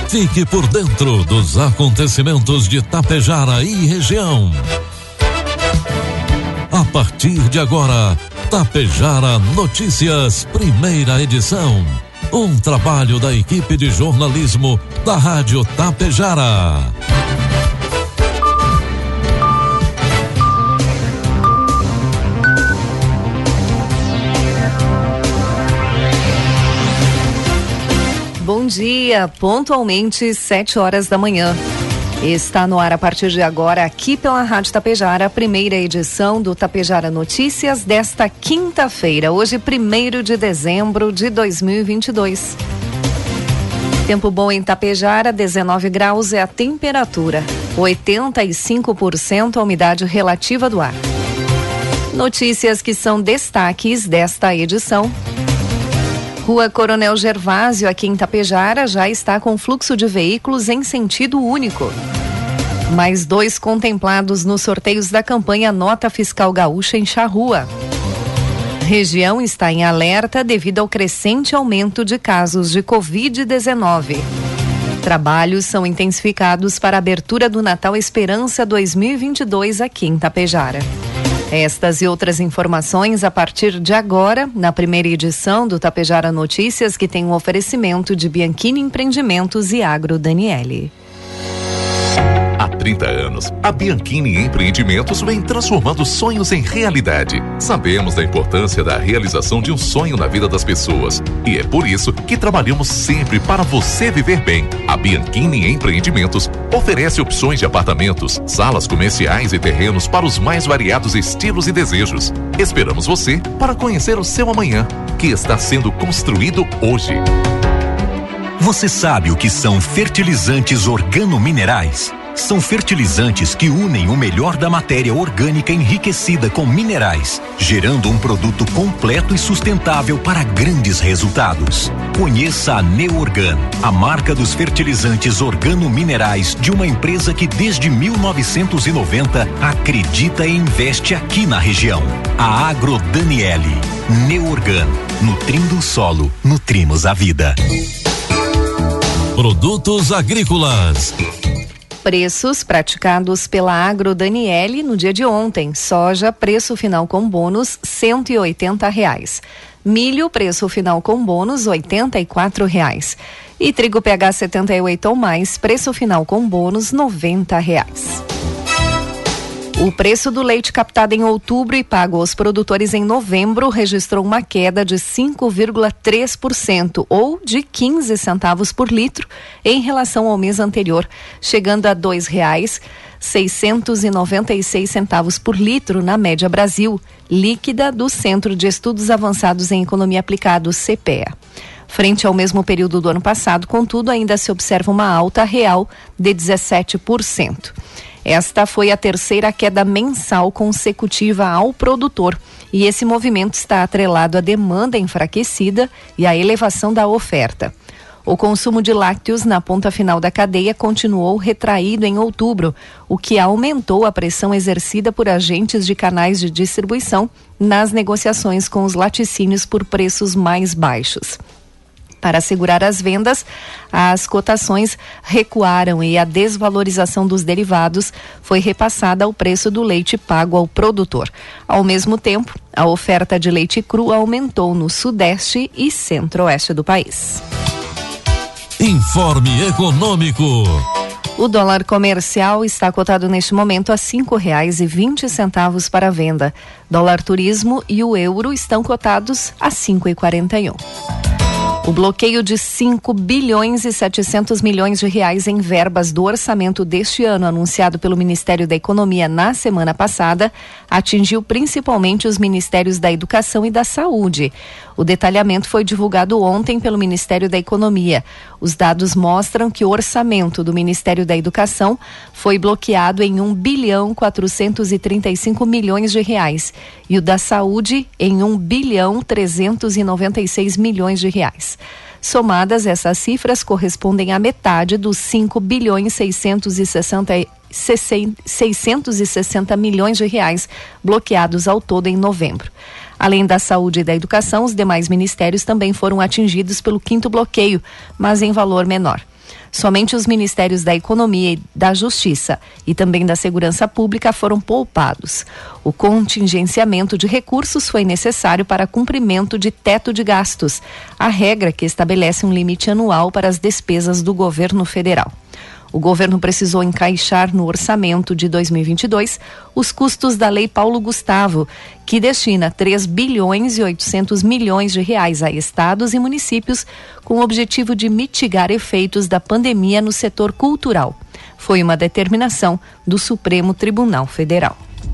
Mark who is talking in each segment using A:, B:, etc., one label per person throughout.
A: Fique por dentro dos acontecimentos de Tapejara e região. A partir de agora, Tapejara Notícias, primeira edição. Um trabalho da equipe de jornalismo da Rádio Tapejara.
B: Bom dia, pontualmente 7 horas da manhã. Está no ar a partir de agora, aqui pela Rádio Tapejara, a primeira edição do Tapejara Notícias desta quinta-feira, hoje 1º de dezembro de 2022. Tempo bom em Tapejara, 19 graus é a temperatura, 85% a umidade relativa do ar. Notícias que são destaques desta edição. Rua Coronel Gervásio, aqui em Tapejara, já está com fluxo de veículos em sentido único. Mais 2 contemplados nos sorteios da campanha Nota Fiscal Gaúcha em Charrua. Região está em alerta devido ao crescente aumento de casos de Covid-19. Trabalhos são intensificados para a abertura do Natal Esperança 2022 aqui em Tapejara. Estas e outras informações a partir de agora, na primeira edição do Tapejara Notícias, que tem um oferecimento de Bianchini Empreendimentos e Agro Daniele.
C: Há 30 anos, a Bianchini Empreendimentos vem transformando sonhos em realidade. Sabemos da importância da realização de um sonho na vida das pessoas. E é por isso que trabalhamos sempre para você viver bem. A Bianchini Empreendimentos oferece opções de apartamentos, salas comerciais e terrenos para os mais variados estilos e desejos. Esperamos você para conhecer o seu amanhã, que está sendo construído hoje.
D: Você sabe o que são fertilizantes organominerais? São fertilizantes que unem o melhor da matéria orgânica enriquecida com minerais, gerando um produto completo e sustentável para grandes resultados. Conheça a Neorgan, a marca dos fertilizantes organominerais de uma empresa que desde 1990 acredita e investe aqui na região. A Agro Daniele. Neorgan, nutrindo o solo, nutrimos a vida.
A: Produtos agrícolas.
B: Preços praticados pela Agro Daniele no dia de ontem. Soja, preço final com bônus, R$180. Milho, preço final com bônus, R$84. E trigo PH 78 ou mais, preço final com bônus, R$90. O preço do leite captado em outubro e pago aos produtores em novembro registrou uma queda de 5,3% ou de 15 centavos por litro em relação ao mês anterior, chegando a R$2,696 por litro na média Brasil, líquida do Centro de Estudos Avançados em Economia Aplicada, CPEA. Frente ao mesmo período do ano passado, contudo, ainda se observa uma alta real de 17%. Esta foi a terceira queda mensal consecutiva ao produtor e esse movimento está atrelado à demanda enfraquecida e à elevação da oferta. O consumo de lácteos na ponta final da cadeia continuou retraído em outubro, o que aumentou a pressão exercida por agentes de canais de distribuição nas negociações com os laticínios por preços mais baixos. Para assegurar as vendas, as cotações recuaram e a desvalorização dos derivados foi repassada ao preço do leite pago ao produtor. Ao mesmo tempo, a oferta de leite cru aumentou no sudeste e centro-oeste do país.
A: Informe Econômico.
B: O dólar comercial está cotado neste momento a R$5,20 para a venda. Dólar turismo e o euro estão cotados a R$5,41. O bloqueio de 5 bilhões e 700 milhões de reais em verbas do orçamento deste ano, anunciado pelo Ministério da Economia na semana passada, atingiu principalmente os Ministérios da Educação e da Saúde. O detalhamento foi divulgado ontem pelo Ministério da Economia. Os dados mostram que o orçamento do Ministério da Educação foi bloqueado em 1 bilhão 435 milhões de reais e o da Saúde em 1 bilhão 396 milhões de reais. Somadas, essas cifras correspondem à metade dos 5 bilhões 660 milhões de reais bloqueados ao todo em novembro. Além da saúde e da educação, os demais ministérios também foram atingidos pelo quinto bloqueio, mas em valor menor. Somente os Ministérios da Economia e da Justiça e também da Segurança Pública foram poupados. O contingenciamento de recursos foi necessário para cumprimento de teto de gastos, a regra que estabelece um limite anual para as despesas do governo federal. O governo precisou encaixar no orçamento de 2022 os custos da Lei Paulo Gustavo, que destina 3 bilhões e 800 milhões de reais a estados e municípios com o objetivo de mitigar efeitos da pandemia no setor cultural. Foi uma determinação do Supremo Tribunal Federal.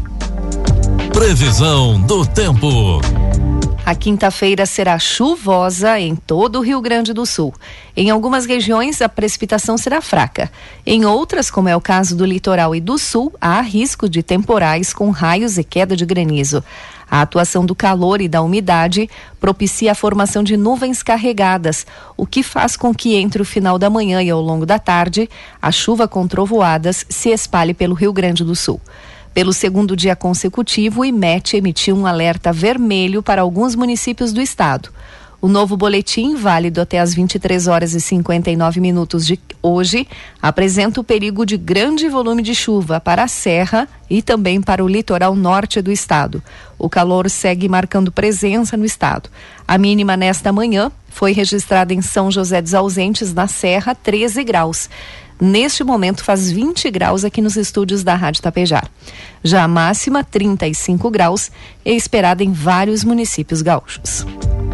A: Previsão do tempo.
B: A quinta-feira será chuvosa em todo o Rio Grande do Sul. Em algumas regiões, a precipitação será fraca. Em outras, como é o caso do litoral e do sul, há risco de temporais com raios e queda de granizo. A atuação do calor e da umidade propicia a formação de nuvens carregadas, o que faz com que entre o final da manhã e ao longo da tarde, a chuva com trovoadas se espalhe pelo Rio Grande do Sul. Pelo segundo dia consecutivo, o IMET emitiu um alerta vermelho para alguns municípios do estado. O novo boletim, válido até às 23 horas e 59 minutos de hoje, apresenta o perigo de grande volume de chuva para a Serra e também para o litoral norte do estado. O calor segue marcando presença no estado. A mínima nesta manhã foi registrada em São José dos Ausentes, na Serra, 13 graus. Neste momento faz 20 graus aqui nos estúdios da Rádio Tapejara. Já a máxima, 35 graus, é esperada em vários municípios gaúchos.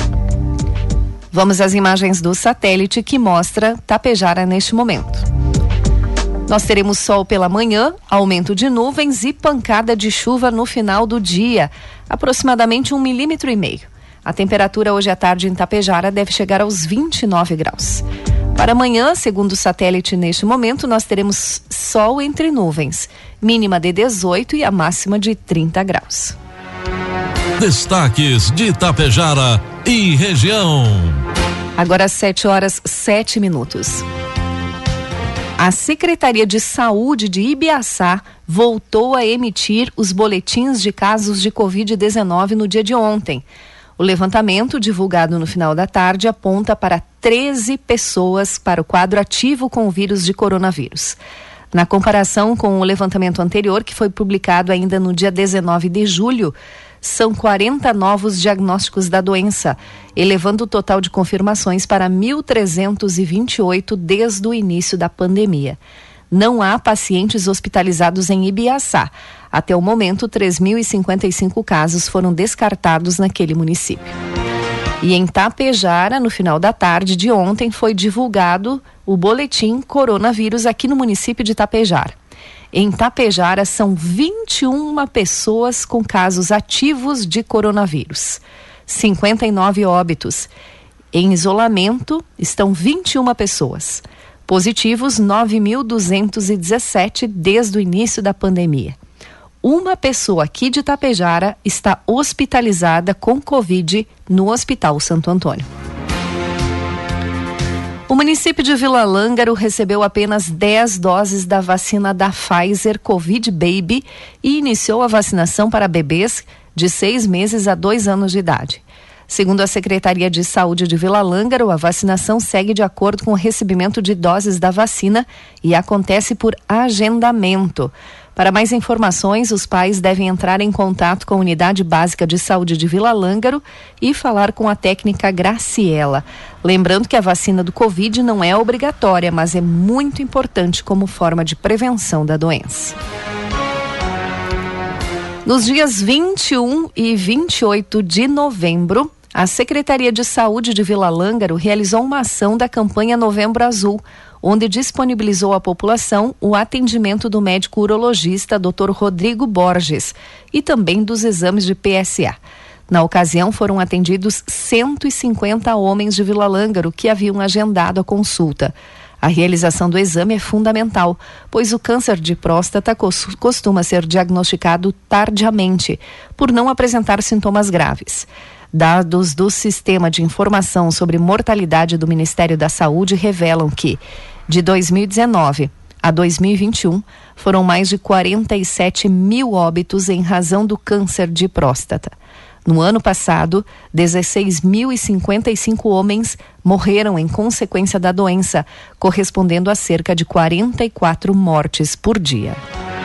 B: Vamos às imagens do satélite que mostra Tapejara neste momento. Nós teremos sol pela manhã, aumento de nuvens e pancada de chuva no final do dia, aproximadamente 1,5 milímetros. A temperatura hoje à tarde em Tapejara deve chegar aos 29 graus. Para amanhã, segundo o satélite neste momento, nós teremos sol entre nuvens, mínima de 18 e a máxima de 30 graus.
A: Destaques de Tapejara e região.
B: Agora 7 horas 7 minutos. A Secretaria de Saúde de Ibiaçá voltou a emitir os boletins de casos de Covid-19 no dia de ontem. O levantamento, divulgado no final da tarde, aponta para 13 pessoas para o quadro ativo com o vírus de coronavírus. Na comparação com o levantamento anterior, que foi publicado ainda no dia 19 de julho, são 40 novos diagnósticos da doença, elevando o total de confirmações para 1.328 desde o início da pandemia. Não há pacientes hospitalizados em Ibiaçá. Até o momento, 3.055 casos foram descartados naquele município. E em Tapejara, no final da tarde de ontem, foi divulgado o boletim coronavírus aqui no município de Tapejara. Em Tapejara, são 21 pessoas com casos ativos de coronavírus, 59 óbitos. Em isolamento, estão 21 pessoas. Positivos, 9.217 desde o início da pandemia. Uma pessoa aqui de Tapejara está hospitalizada com Covid no Hospital Santo Antônio. O município de Vila Lângaro recebeu apenas 10 doses da vacina da Pfizer Covid Baby e iniciou a vacinação para bebês de 6 meses a 2 anos de idade. Segundo a Secretaria de Saúde de Vila Lângaro, a vacinação segue de acordo com o recebimento de doses da vacina e acontece por agendamento. Para mais informações, os pais devem entrar em contato com a Unidade Básica de Saúde de Vila Lângaro e falar com a técnica Graciela. Lembrando que a vacina do Covid não é obrigatória, mas é muito importante como forma de prevenção da doença. Nos dias 21 e 28 de novembro, a Secretaria de Saúde de Vila Lângaro realizou uma ação da campanha Novembro Azul, onde disponibilizou à população o atendimento do médico urologista Dr. Rodrigo Borges e também dos exames de PSA. Na ocasião, foram atendidos 150 homens de Vila Lângaro que haviam agendado a consulta. A realização do exame é fundamental, pois o câncer de próstata costuma ser diagnosticado tardiamente, por não apresentar sintomas graves. Dados do Sistema de Informação sobre Mortalidade do Ministério da Saúde revelam que, de 2019 a 2021, foram mais de 47 mil óbitos em razão do câncer de próstata. No ano passado, 16.055 homens morreram em consequência da doença, correspondendo a cerca de 44 mortes por dia.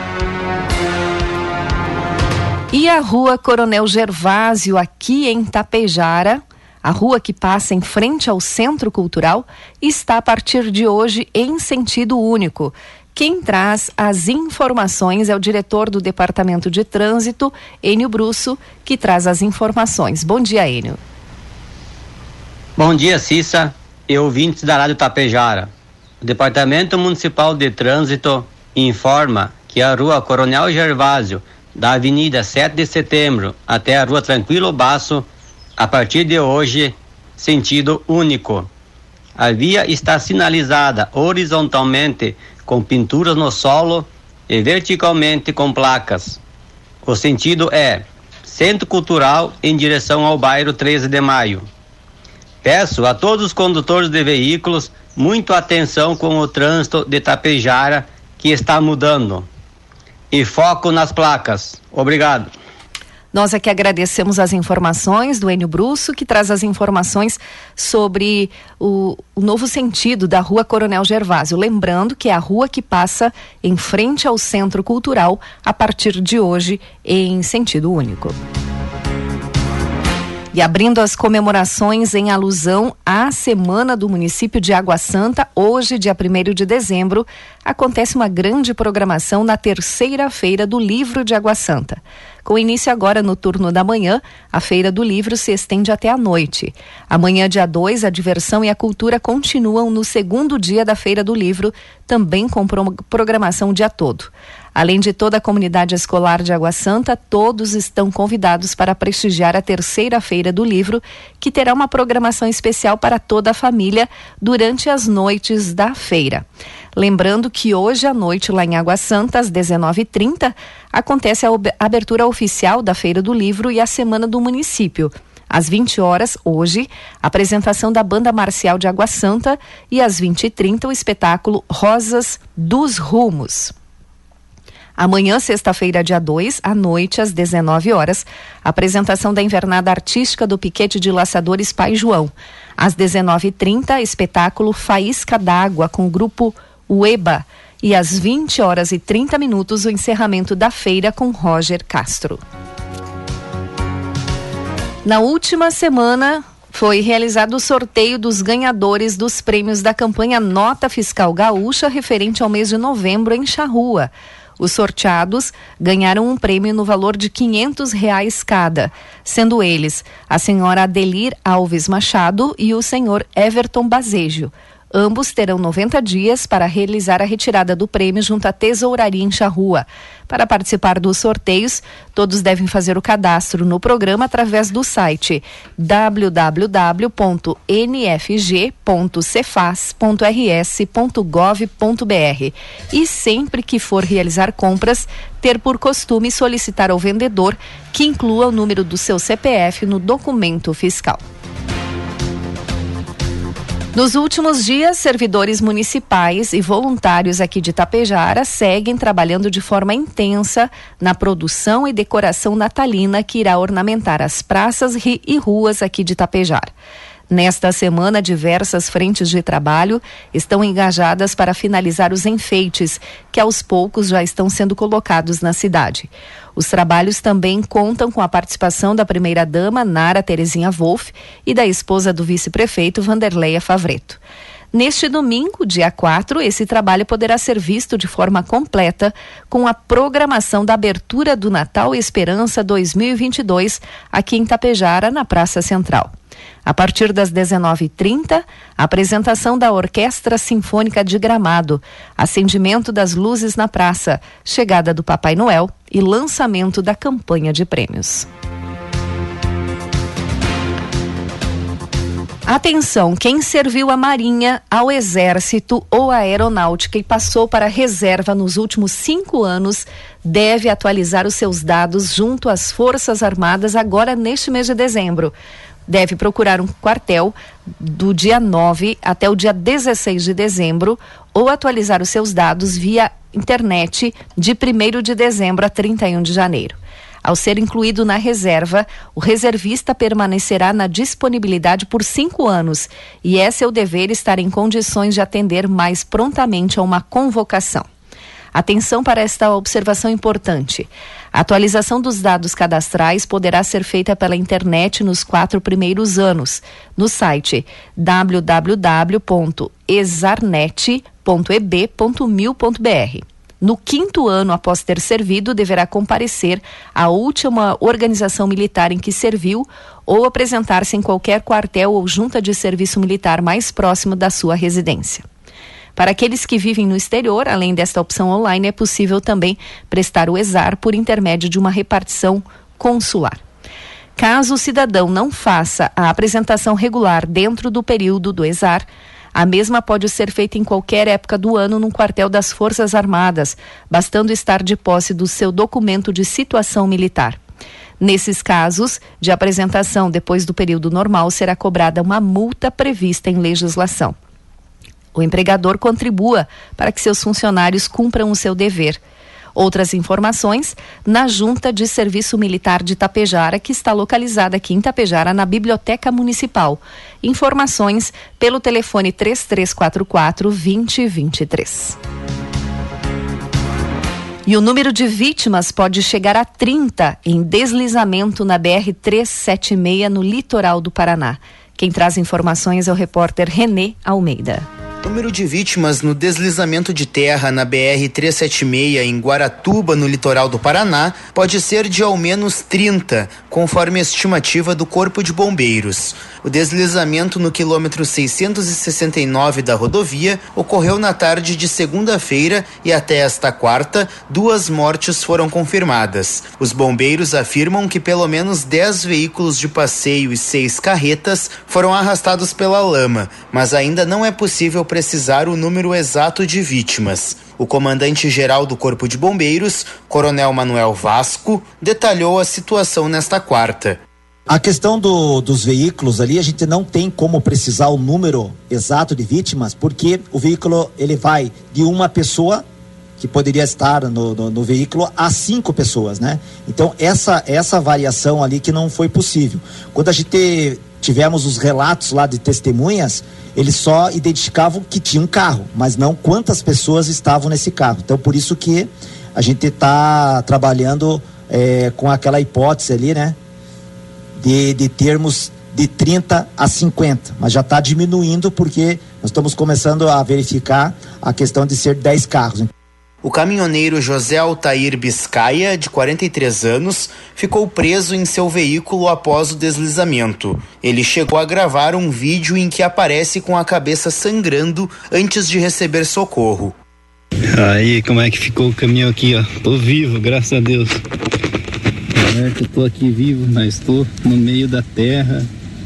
B: E a Rua Coronel Gervásio, aqui em Tapejara, a rua que passa em frente ao Centro Cultural, está a partir de hoje em sentido único. Quem traz as informações é o diretor do Departamento de Trânsito, Enio Brusso, que traz as informações. Bom dia, Enio.
E: Bom dia, Cissa e ouvintes da Rádio Tapejara. O Departamento Municipal de Trânsito informa que a Rua Coronel Gervásio, da Avenida 7 de Setembro até a Rua Tranquilo Basso, a partir de hoje, sentido único. A via está sinalizada horizontalmente com pinturas no solo e verticalmente com placas. O sentido é Centro Cultural em direção ao bairro 13 de Maio. Peço a todos os condutores de veículos muito atenção com o trânsito de Tapejara, que está mudando. E foco nas placas. Obrigado.
B: Nós aqui agradecemos as informações do Enio Brusso, que traz as informações sobre o novo sentido da Rua Coronel Gervásio. Lembrando que é a rua que passa em frente ao Centro Cultural a partir de hoje em sentido único. E abrindo as comemorações em alusão à Semana do Município de Água Santa, hoje, dia 1º de dezembro, acontece uma grande programação na terceira feira do Livro de Água Santa. Com início agora no turno da manhã, a Feira do Livro se estende até a noite. Amanhã, dia 2, a diversão e a cultura continuam no segundo dia da Feira do Livro, também com programação o dia todo. Além de toda a comunidade escolar de Água Santa, todos estão convidados para prestigiar a terceira Feira do Livro, que terá uma programação especial para toda a família durante as noites da feira. Lembrando que hoje à noite, lá em Água Santa, às 19h30, acontece a abertura oficial da Feira do Livro e a Semana do Município. Às 20 horas, hoje, a apresentação da Banda Marcial de Água Santa e às 20h30, o espetáculo Rosas dos Rumos. Amanhã, sexta-feira, dia 2, à noite, às 19 horas, a apresentação da Invernada Artística do Piquete de Laçadores Pai João. Às 19h30, espetáculo Faísca d'Água com o grupo Ueba. E às 20h30, o encerramento da feira com Roger Castro. Na última semana, foi realizado o sorteio dos ganhadores dos prêmios da campanha Nota Fiscal Gaúcha referente ao mês de novembro em Charrua. Os sorteados ganharam um prêmio no valor de R$500 cada, sendo eles a senhora Adelir Alves Machado e o senhor Everton Bazejo. Ambos terão 90 dias para realizar a retirada do prêmio junto à Tesouraria em Charrua. Para participar dos sorteios, todos devem fazer o cadastro no programa através do site www.nfg.cefaz.rs.gov.br e sempre que for realizar compras, ter por costume solicitar ao vendedor que inclua o número do seu CPF no documento fiscal. Nos últimos dias, servidores municipais e voluntários aqui de Tapejara seguem trabalhando de forma intensa na produção e decoração natalina que irá ornamentar as praças e ruas aqui de Tapejara. Nesta semana, diversas frentes de trabalho estão engajadas para finalizar os enfeites, que aos poucos já estão sendo colocados na cidade. Os trabalhos também contam com a participação da primeira-dama, Nara Terezinha Wolff, e da esposa do vice-prefeito, Vanderleia Favreto. Neste domingo, dia 4, esse trabalho poderá ser visto de forma completa com a programação da abertura do Natal Esperança 2022 aqui em Tapejara, na Praça Central. A partir das 19h30, a apresentação da Orquestra Sinfônica de Gramado, acendimento das luzes na praça, chegada do Papai Noel e lançamento da campanha de prêmios. Atenção, quem serviu a Marinha, ao Exército ou à Aeronáutica e passou para a reserva nos últimos 5 anos, deve atualizar os seus dados junto às Forças Armadas agora neste mês de dezembro. Deve procurar um quartel do dia 9 até o dia 16 de dezembro ou atualizar os seus dados via internet de 1º de dezembro a 31 de janeiro. Ao ser incluído na reserva, o reservista permanecerá na disponibilidade por 5 anos e é seu dever estar em condições de atender mais prontamente a uma convocação. Atenção para esta observação importante. A atualização dos dados cadastrais poderá ser feita pela internet nos 4 primeiros anos, no site www.exarnet.eb.mil.br. No 5º ano após ter servido, deverá comparecer à última organização militar em que serviu ou apresentar-se em qualquer quartel ou junta de serviço militar mais próximo da sua residência. Para aqueles que vivem no exterior, além desta opção online, é possível também prestar o ESAR por intermédio de uma repartição consular. Caso o cidadão não faça a apresentação regular dentro do período do ESAR, a mesma pode ser feita em qualquer época do ano num quartel das Forças Armadas, bastando estar de posse do seu documento de situação militar. Nesses casos de apresentação depois do período normal, será cobrada uma multa prevista em legislação. O empregador contribua para que seus funcionários cumpram o seu dever. Outras informações na Junta de Serviço Militar de Tapejara, que está localizada aqui em Tapejara, na Biblioteca Municipal. Informações pelo telefone 3344-2023. E o número de vítimas pode chegar a 30 em deslizamento na BR-376 no litoral do Paraná. Quem traz informações é o repórter Renê Almeida.
F: O número de vítimas no deslizamento de terra na BR-376 em Guaratuba, no litoral do Paraná, pode ser de ao menos 30, conforme a estimativa do Corpo de Bombeiros. O deslizamento no quilômetro 669 da rodovia ocorreu na tarde de segunda-feira e até esta quarta, 2 mortes foram confirmadas. Os bombeiros afirmam que pelo menos 10 veículos de passeio e 6 carretas foram arrastados pela lama, mas ainda não é possível precisar o número exato de vítimas. O comandante-geral do Corpo de Bombeiros, Coronel Manuel Vasco, detalhou a situação nesta quarta.
G: A questão dos veículos ali, a gente não tem como precisar o número exato de vítimas, porque o veículo ele vai de uma pessoa que poderia estar no veículo a 5 pessoas, né? Então essa variação ali que não foi possível. Quando a gente tivemos os relatos lá de testemunhas, eles só identificavam que tinha um carro, mas não quantas pessoas estavam nesse carro. Então por isso que a gente está trabalhando com aquela hipótese ali, né? De termos de 30 a 50, mas já está diminuindo porque nós estamos começando a verificar a questão de ser 10 carros.
F: O caminhoneiro José Altair Biscaia, de 43 anos, ficou preso em seu veículo após o deslizamento. Ele chegou a gravar um vídeo em que aparece com a cabeça sangrando antes de receber socorro.
H: Aí, como é que ficou o caminhão aqui, ó? Tô vivo, graças a Deus. Eu tô aqui vivo, mas tô no meio da terra.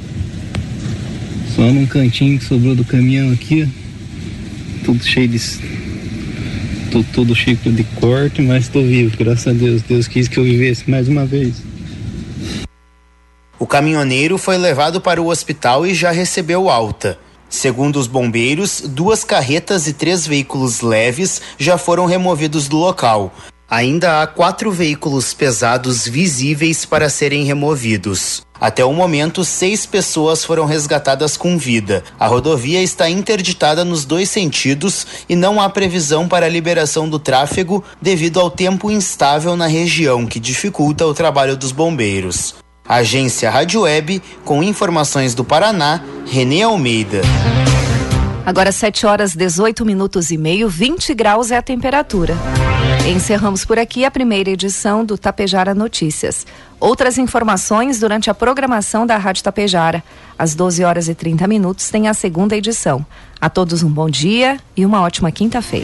H: Só num cantinho que sobrou do caminhão aqui, ó. Tudo cheio de corte, mas tô vivo, graças a Deus. Deus quis que eu vivesse mais uma vez.
F: O caminhoneiro foi levado para o hospital e já recebeu alta. Segundo os bombeiros, 2 carretas e 3 veículos leves já foram removidos do local. Ainda há 4 veículos pesados visíveis para serem removidos. Até o momento, 6 pessoas foram resgatadas com vida. A rodovia está interditada nos 2 sentidos e não há previsão para a liberação do tráfego devido ao tempo instável na região, que dificulta o trabalho dos bombeiros. Agência Rádio Web, com informações do Paraná, Renê Almeida.
B: Agora 7h18:30, 20 graus é a temperatura. Encerramos por aqui a primeira edição do Tapejara Notícias. Outras informações durante a programação da Rádio Tapejara. Às 12h30 tem a segunda edição. A todos um bom dia e uma ótima quinta-feira.